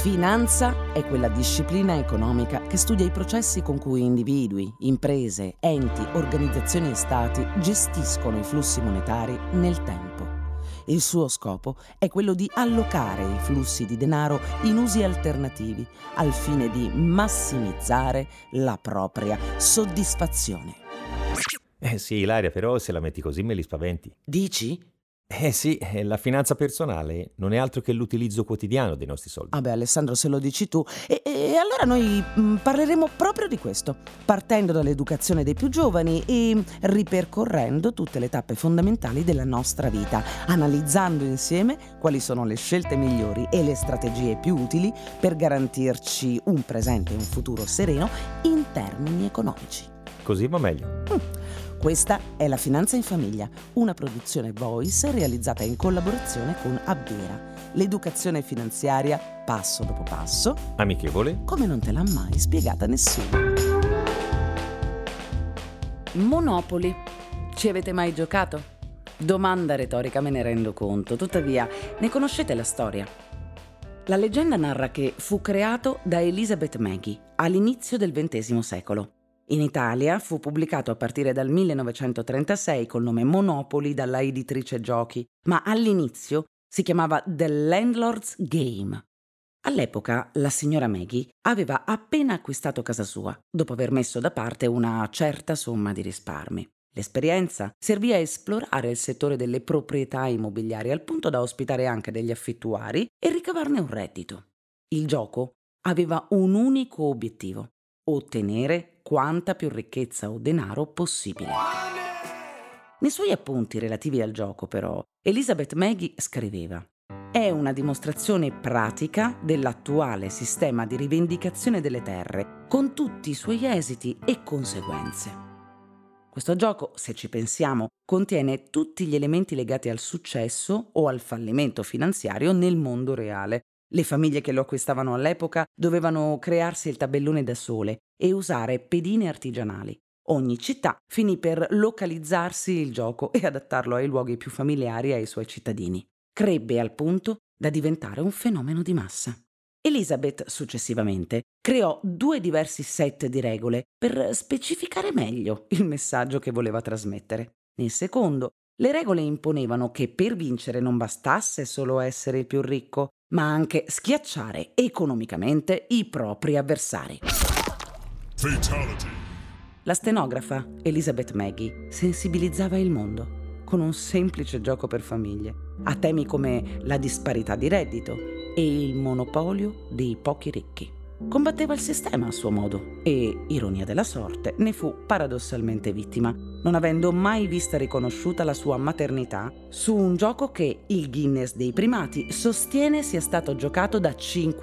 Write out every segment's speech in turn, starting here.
Finanza è quella disciplina economica che studia i processi con cui individui, imprese, enti, organizzazioni e stati gestiscono i flussi monetari nel tempo. Il suo scopo è quello di allocare i flussi di denaro in usi alternativi al fine di massimizzare la propria soddisfazione. Sì, Ilaria, però se la metti così me li spaventi. Dici? Sì, la finanza personale non è altro che l'utilizzo quotidiano dei nostri soldi. Vabbè Alessandro, se lo dici tu. E allora noi parleremo proprio di questo, partendo dall'educazione dei più giovani e ripercorrendo tutte le tappe fondamentali della nostra vita, analizzando insieme quali sono le scelte migliori e le strategie più utili per garantirci un presente e un futuro sereno in termini economici. Così va meglio. Questa è La Finanza in Famiglia, una produzione Voice realizzata in collaborazione con Abbera, l'educazione finanziaria passo dopo passo, Amichevole. come non te l'ha mai spiegata nessuno. Monopoli. Ci avete mai giocato? Domanda retorica, me ne rendo conto, tuttavia ne conoscete la storia. La leggenda narra che fu creato da Elizabeth Magie all'inizio del XX secolo. In Italia fu pubblicato a partire dal 1936 col nome Monopoli dalla editrice Giochi, ma all'inizio si chiamava The Landlord's Game. All'epoca la signora Magie aveva appena acquistato casa sua, dopo aver messo da parte una certa somma di risparmi. L'esperienza servì a esplorare il settore delle proprietà immobiliari al punto da ospitare anche degli affittuari e ricavarne un reddito. Il gioco aveva un unico obiettivo: ottenere quanta più ricchezza o denaro possibile. Nei suoi appunti relativi al gioco, però, Elizabeth Magie scriveva: «È una dimostrazione pratica dell'attuale sistema di rivendicazione delle terre, con tutti i suoi esiti e conseguenze». Questo gioco, se ci pensiamo, contiene tutti gli elementi legati al successo o al fallimento finanziario nel mondo reale. Le famiglie che lo acquistavano all'epoca dovevano crearsi il tabellone da sole e usare pedine artigianali. Ogni città finì per localizzarsi il gioco e adattarlo ai luoghi più familiari ai suoi cittadini. Crebbe al punto da diventare un fenomeno di massa. Elizabeth, successivamente, creò 2 diversi set di regole per specificare meglio il messaggio che voleva trasmettere. Nel secondo, le regole imponevano che per vincere non bastasse solo essere il più ricco, ma anche schiacciare economicamente i propri avversari. Fatality. La stenografa Elizabeth Magie sensibilizzava il mondo con un semplice gioco per famiglie a temi come la disparità di reddito e il monopolio dei pochi ricchi. Combatteva il sistema a suo modo e, ironia della sorte, ne fu paradossalmente vittima, non avendo mai vista riconosciuta la sua maternità su un gioco che il Guinness dei primati sostiene sia stato giocato da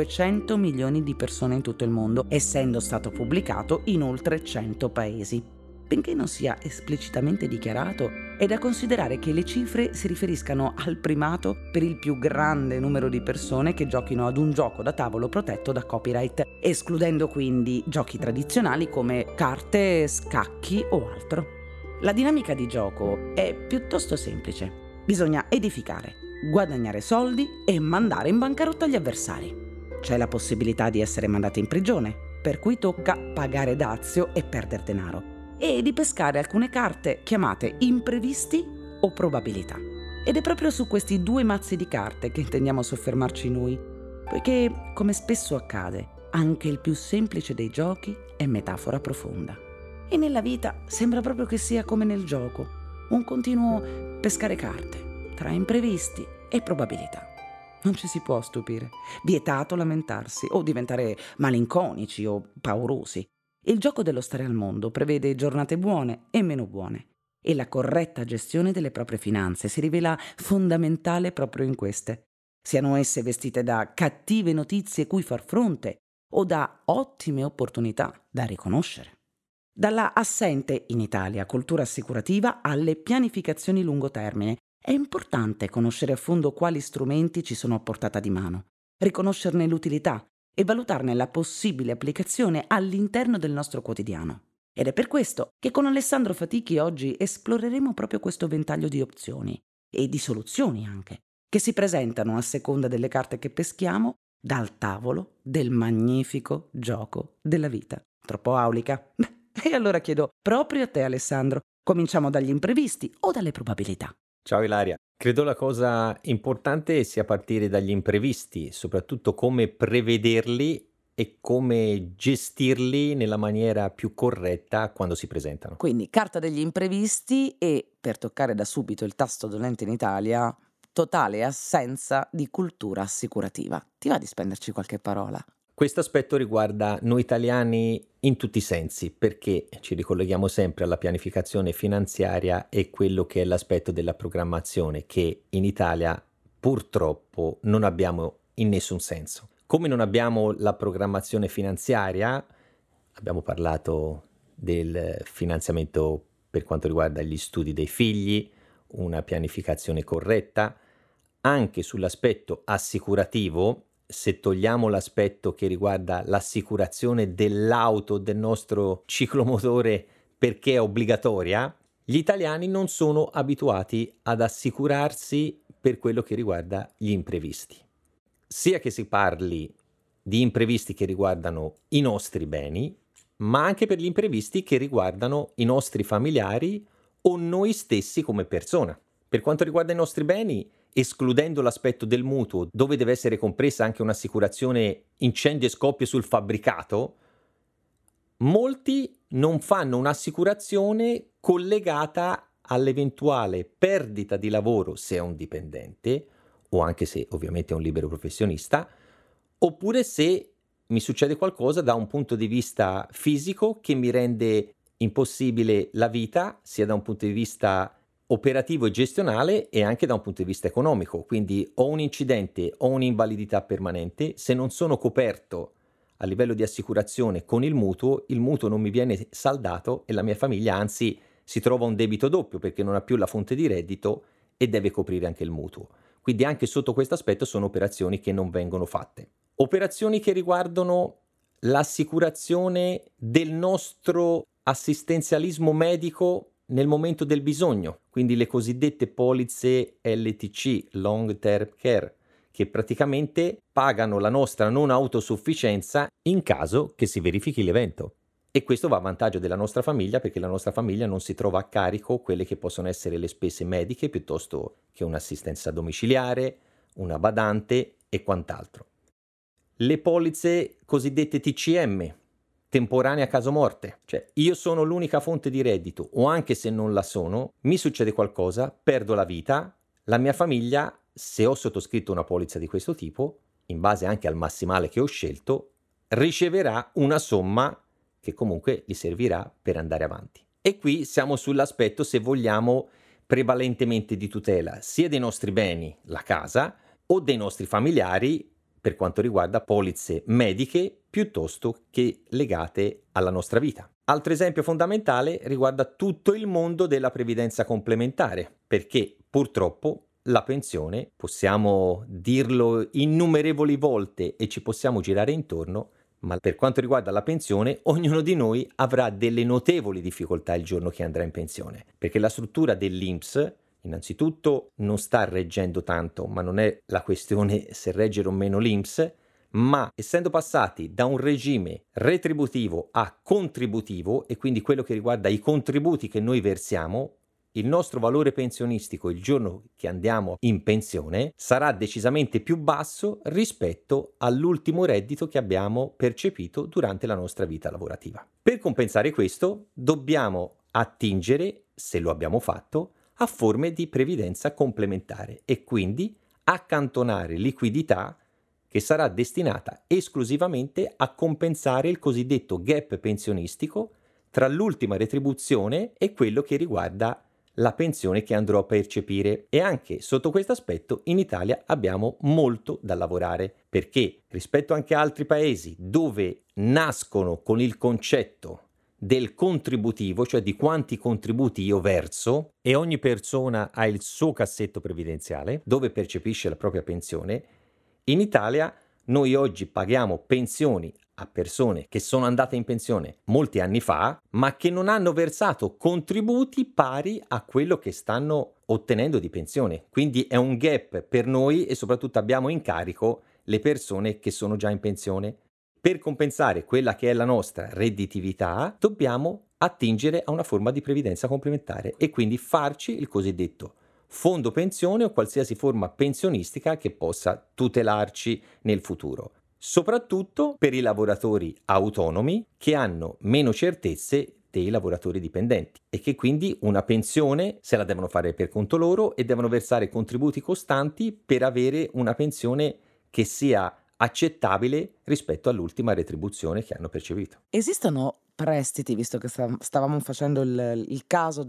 500 milioni di persone in tutto il mondo, essendo stato pubblicato in oltre 100 paesi. Benché non sia esplicitamente dichiarato, è da considerare che le cifre si riferiscano al primato per il più grande numero di persone che giochino ad un gioco da tavolo protetto da copyright, escludendo quindi giochi tradizionali come carte, scacchi o altro. La dinamica di gioco è piuttosto semplice. Bisogna edificare, guadagnare soldi e mandare in bancarotta gli avversari. C'è la possibilità di essere mandati in prigione, per cui tocca pagare dazio e perdere denaro, e di pescare alcune carte chiamate imprevisti o probabilità. Ed è proprio su questi 2 mazzi di carte che intendiamo soffermarci noi, poiché, come spesso accade, anche il più semplice dei giochi è metafora profonda. E nella vita sembra proprio che sia come nel gioco, un continuo pescare carte tra imprevisti e probabilità. Non ci si può stupire, vietato lamentarsi o diventare malinconici o paurosi. Il gioco dello stare al mondo prevede giornate buone e meno buone, e la corretta gestione delle proprie finanze si rivela fondamentale proprio in queste, siano esse vestite da cattive notizie cui far fronte o da ottime opportunità da riconoscere. Dalla assente in Italia cultura assicurativa alle pianificazioni lungo termine, è importante conoscere a fondo quali strumenti ci sono a portata di mano, riconoscerne l'utilità e valutarne la possibile applicazione all'interno del nostro quotidiano. Ed è per questo che con Alessandro Fatichi oggi esploreremo proprio questo ventaglio di opzioni e di soluzioni anche, che si presentano a seconda delle carte che peschiamo dal tavolo del magnifico gioco della vita. Troppo aulica? Beh, e allora chiedo proprio a te, Alessandro, cominciamo dagli imprevisti o dalle probabilità? Ciao Ilaria, credo la cosa importante sia partire dagli imprevisti, soprattutto come prevederli e come gestirli nella maniera più corretta quando si presentano. Quindi carta degli imprevisti e, per toccare da subito il tasto dolente in Italia, totale assenza di cultura assicurativa. Ti va di spenderci qualche parola? Questo aspetto riguarda noi italiani in tutti i sensi, perché ci ricolleghiamo sempre alla pianificazione finanziaria e quello che è l'aspetto della programmazione, che in Italia purtroppo non abbiamo in nessun senso. Come non abbiamo la programmazione finanziaria, abbiamo parlato del finanziamento per quanto riguarda gli studi dei figli, una pianificazione corretta, anche sull'aspetto assicurativo. Se togliamo l'aspetto che riguarda l'assicurazione dell'auto, del nostro ciclomotore perché è obbligatoria, gli italiani non sono abituati ad assicurarsi per quello che riguarda gli imprevisti. Sia che si parli di imprevisti che riguardano i nostri beni, ma anche per gli imprevisti che riguardano i nostri familiari o noi stessi come persona. Per quanto riguarda i nostri beni, escludendo l'aspetto del mutuo, dove deve essere compresa anche un'assicurazione incendio e scoppio sul fabbricato, molti non fanno un'assicurazione collegata all'eventuale perdita di lavoro se è un dipendente, o anche se ovviamente è un libero professionista, oppure se mi succede qualcosa da un punto di vista fisico che mi rende impossibile la vita, sia da un punto di vista operativo e gestionale e anche da un punto di vista economico. Quindi ho un incidente o un'invalidità permanente, se non sono coperto a livello di assicurazione con il mutuo non mi viene saldato e la mia famiglia anzi si trova un debito doppio perché non ha più la fonte di reddito e deve coprire anche il mutuo. Quindi anche sotto questo aspetto sono operazioni che non vengono fatte. Operazioni che riguardano l'assicurazione del nostro assistenzialismo medico nel momento del bisogno, quindi le cosiddette polizze LTC, Long Term Care, che praticamente pagano la nostra non autosufficienza in caso che si verifichi l'evento. E questo va a vantaggio della nostra famiglia perché la nostra famiglia non si trova a carico quelle che possono essere le spese mediche piuttosto che un'assistenza domiciliare, una badante e quant'altro. Le polizze cosiddette TCM, temporanea caso morte, cioè io sono l'unica fonte di reddito o anche se non la sono, mi succede qualcosa, perdo la vita, la mia famiglia, se ho sottoscritto una polizza di questo tipo, in base anche al massimale che ho scelto, riceverà una somma che comunque gli servirà per andare avanti. E qui siamo sull'aspetto, se vogliamo, prevalentemente di tutela sia dei nostri beni, la casa, o dei nostri familiari per quanto riguarda polizze mediche piuttosto che legate alla nostra vita. Altro esempio fondamentale riguarda tutto il mondo della previdenza complementare, perché purtroppo la pensione, possiamo dirlo innumerevoli volte e ci possiamo girare intorno, ma per quanto riguarda la pensione, ognuno di noi avrà delle notevoli difficoltà il giorno che andrà in pensione, perché la struttura dell'INPS innanzitutto non sta reggendo tanto, ma non è la questione se reggere o meno l'INPS, ma essendo passati da un regime retributivo a contributivo, e quindi quello che riguarda i contributi che noi versiamo, il nostro valore pensionistico il giorno che andiamo in pensione sarà decisamente più basso rispetto all'ultimo reddito che abbiamo percepito durante la nostra vita lavorativa. Per compensare questo dobbiamo attingere, se lo abbiamo fatto, a forme di previdenza complementare e quindi accantonare liquidità che sarà destinata esclusivamente a compensare il cosiddetto gap pensionistico tra l'ultima retribuzione e quello che riguarda la pensione che andrò a percepire. E anche sotto questo aspetto in Italia abbiamo molto da lavorare, perché rispetto anche a altri paesi dove nascono con il concetto del contributivo, cioè di quanti contributi io verso, e ogni persona ha il suo cassetto previdenziale dove percepisce la propria pensione, in Italia noi oggi paghiamo pensioni a persone che sono andate in pensione molti anni fa, ma che non hanno versato contributi pari a quello che stanno ottenendo di pensione. Quindi è un gap per noi e soprattutto abbiamo in carico le persone che sono già in pensione. Per compensare quella che è la nostra redditività, dobbiamo attingere a una forma di previdenza complementare e quindi farci il cosiddetto fondo pensione o qualsiasi forma pensionistica che possa tutelarci nel futuro. Soprattutto per i lavoratori autonomi che hanno meno certezze dei lavoratori dipendenti e che quindi una pensione se la devono fare per conto loro e devono versare contributi costanti per avere una pensione che sia accettabile rispetto all'ultima retribuzione che hanno percepito. Esistono prestiti, visto che stavamo facendo il caso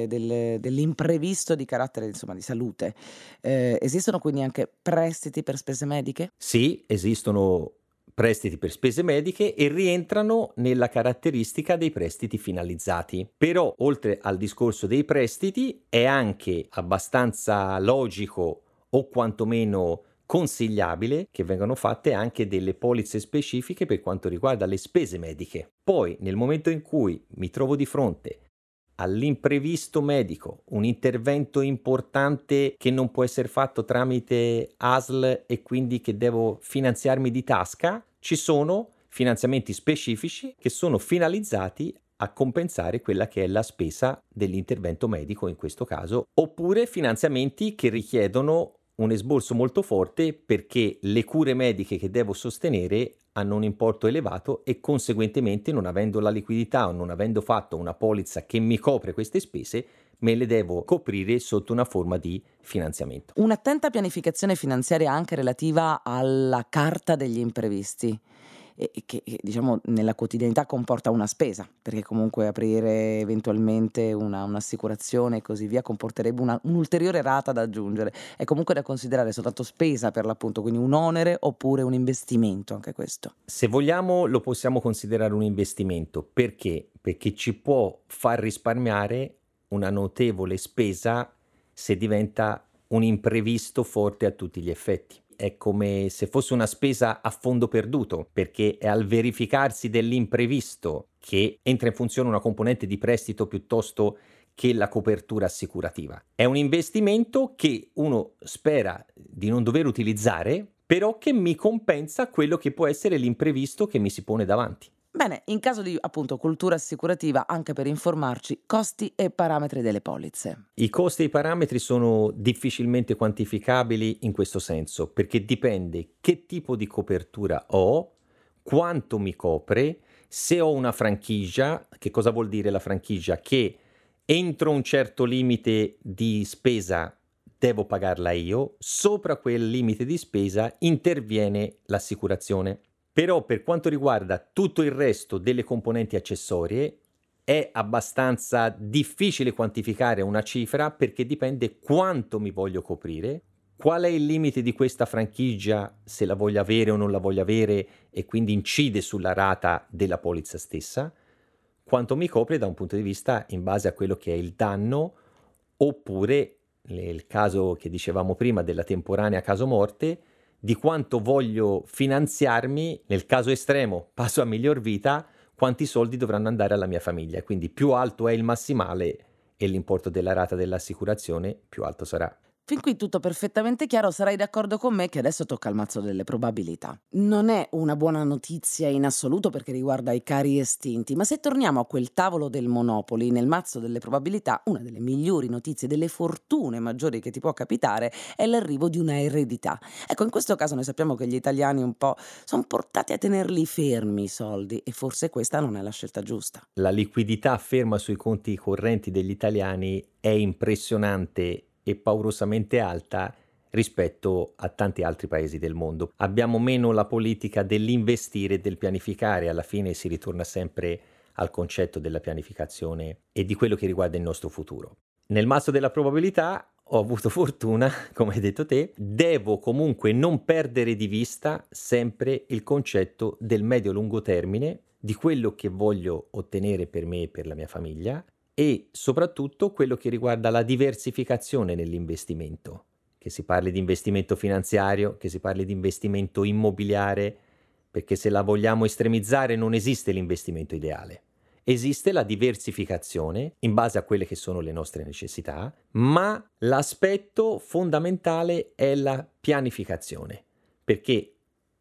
dell'imprevisto di carattere, insomma, di salute, esistono quindi anche prestiti per spese mediche? Sì, esistono prestiti per spese mediche e rientrano nella caratteristica dei prestiti finalizzati. Però, oltre al discorso dei prestiti, è anche abbastanza logico o quantomeno consigliabile che vengano fatte anche delle polizze specifiche per quanto riguarda le spese mediche. Poi, nel momento in cui mi trovo di fronte all'imprevisto medico, un intervento importante che non può essere fatto tramite ASL e quindi che devo finanziarmi di tasca, ci sono finanziamenti specifici che sono finalizzati a compensare quella che è la spesa dell'intervento medico in questo caso, oppure finanziamenti che richiedono un esborso molto forte perché le cure mediche che devo sostenere hanno un importo elevato e conseguentemente non avendo la liquidità o non avendo fatto una polizza che mi copre queste spese, me le devo coprire sotto una forma di finanziamento. Un'attenta pianificazione finanziaria anche relativa alla carta degli imprevisti e che diciamo nella quotidianità comporta una spesa, perché comunque aprire eventualmente un'assicurazione e così via comporterebbe un'ulteriore rata da aggiungere. È comunque da considerare soltanto spesa per l'appunto, quindi un onere oppure un investimento anche questo. Se vogliamo lo possiamo considerare un investimento, perché? Perché ci può far risparmiare una notevole spesa se diventa un imprevisto forte a tutti gli effetti. È come se fosse una spesa a fondo perduto, perché è al verificarsi dell'imprevisto che entra in funzione una componente di prestito piuttosto che la copertura assicurativa. È un investimento che uno spera di non dover utilizzare, però che mi compensa quello che può essere l'imprevisto che mi si pone davanti. Bene, in caso di appunto cultura assicurativa, anche per informarci, costi e parametri delle polizze. I costi e i parametri sono difficilmente quantificabili in questo senso, perché dipende che tipo di copertura ho, quanto mi copre, se ho una franchigia, che cosa vuol dire la franchigia? Che entro un certo limite di spesa devo pagarla io, sopra quel limite di spesa interviene l'assicurazione. Però per quanto riguarda tutto il resto delle componenti accessorie è abbastanza difficile quantificare una cifra perché dipende quanto mi voglio coprire, qual è il limite di questa franchigia, se la voglio avere o non la voglio avere e quindi incide sulla rata della polizza stessa, quanto mi copre da un punto di vista in base a quello che è il danno oppure nel caso che dicevamo prima della temporanea caso morte, di quanto voglio finanziarmi, nel caso estremo passo a miglior vita, quanti soldi dovranno andare alla mia famiglia. Quindi più alto è il massimale e l'importo della rata dell'assicurazione, più alto sarà. Fin qui tutto perfettamente chiaro, sarai d'accordo con me che adesso tocca il mazzo delle probabilità. Non è una buona notizia in assoluto perché riguarda i cari estinti, ma se torniamo a quel tavolo del Monopoly, nel mazzo delle probabilità, una delle migliori notizie, delle fortune maggiori che ti può capitare è l'arrivo di una eredità. Ecco, in questo caso noi sappiamo che gli italiani un po' sono portati a tenerli fermi i soldi e forse questa non è la scelta giusta. La liquidità ferma sui conti correnti degli italiani è impressionante e paurosamente alta rispetto a tanti altri paesi del mondo. Abbiamo meno la politica dell'investire e del pianificare, alla fine si ritorna sempre al concetto della pianificazione e di quello che riguarda il nostro futuro. Nel mazzo della probabilità ho avuto fortuna, come hai detto te, devo comunque non perdere di vista sempre il concetto del medio-lungo termine, di quello che voglio ottenere per me e per la mia famiglia, e soprattutto quello che riguarda la diversificazione nell'investimento, che si parli di investimento finanziario, che si parli di investimento immobiliare, perché se la vogliamo estremizzare non esiste l'investimento ideale. Esiste la diversificazione in base a quelle che sono le nostre necessità, ma l'aspetto fondamentale è la pianificazione, perché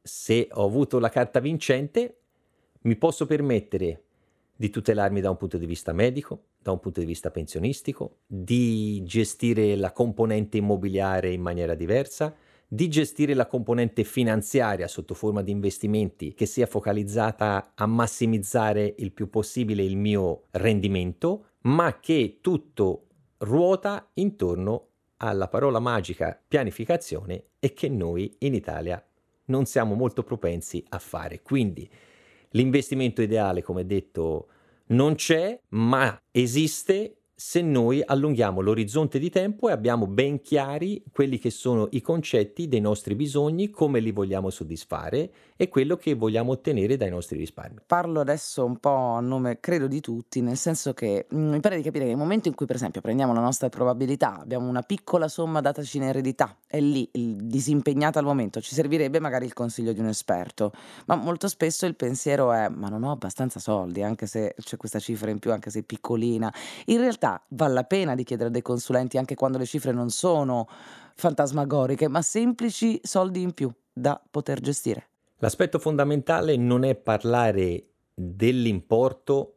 se ho avuto la carta vincente, mi posso permettere di tutelarmi da un punto di vista medico, da un punto di vista pensionistico, di gestire la componente immobiliare in maniera diversa, di gestire la componente finanziaria sotto forma di investimenti che sia focalizzata a massimizzare il più possibile il mio rendimento, ma che tutto ruota intorno alla parola magica pianificazione e che noi in Italia non siamo molto propensi a fare. Quindi l'investimento ideale, come detto, non c'è, ma esiste se noi allunghiamo l'orizzonte di tempo e abbiamo ben chiari quelli che sono i concetti dei nostri bisogni, come li vogliamo soddisfare e quello che vogliamo ottenere dai nostri risparmi. Parlo adesso un po' a nome, credo, di tutti, nel senso che mi pare di capire che nel momento in cui, per esempio, prendiamo la nostra probabilità, abbiamo una piccola somma dataci in eredità, è lì, disimpegnata al momento, ci servirebbe magari il consiglio di un esperto, ma molto spesso il pensiero è: ma non ho abbastanza soldi, anche se c'è questa cifra in più, anche se è piccolina. In realtà vale la pena di chiedere a dei consulenti anche quando le cifre non sono fantasmagoriche, ma semplici soldi in più da poter gestire. L'aspetto fondamentale non è parlare dell'importo,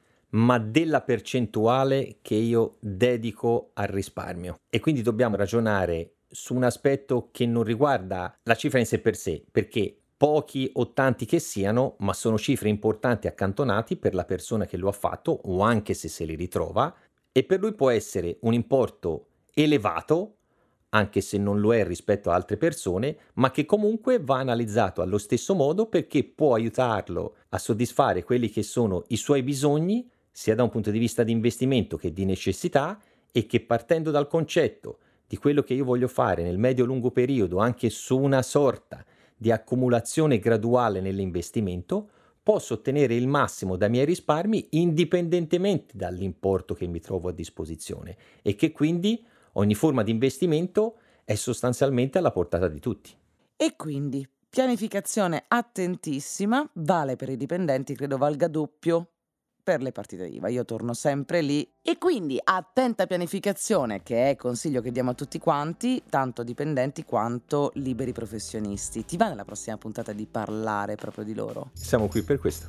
ma della percentuale che io dedico al risparmio. E quindi dobbiamo ragionare su un aspetto che non riguarda la cifra in sé per sé, perché pochi o tanti che siano, ma sono cifre importanti accantonati per la persona che lo ha fatto o anche se li ritrova, e per lui può essere un importo elevato, anche se non lo è rispetto a altre persone, ma che comunque va analizzato allo stesso modo perché può aiutarlo a soddisfare quelli che sono i suoi bisogni, sia da un punto di vista di investimento che di necessità, e che partendo dal concetto di quello che io voglio fare nel medio-lungo periodo, anche su una sorta di accumulazione graduale nell'investimento, posso ottenere il massimo dai miei risparmi indipendentemente dall'importo che mi trovo a disposizione e che quindi ogni forma di investimento è sostanzialmente alla portata di tutti. E quindi pianificazione attentissima, vale per i dipendenti, credo valga doppio per le partite IVA. Io torno sempre lì. E quindi attenta pianificazione, che è consiglio che diamo a tutti quanti, tanto dipendenti quanto liberi professionisti. Ti va nella prossima puntata di parlare proprio di loro? Siamo qui per questo.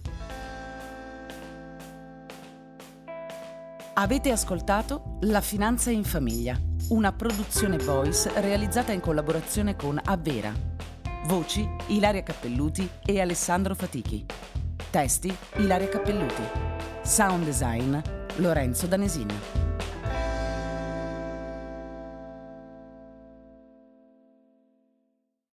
Avete ascoltato La Finanza in Famiglia, una produzione Voice realizzata in collaborazione con Avvera. Voci Ilaria Cappelluti e Alessandro Fatichi. Testi Ilaria Cappelluti. Sound design Lorenzo Danesini.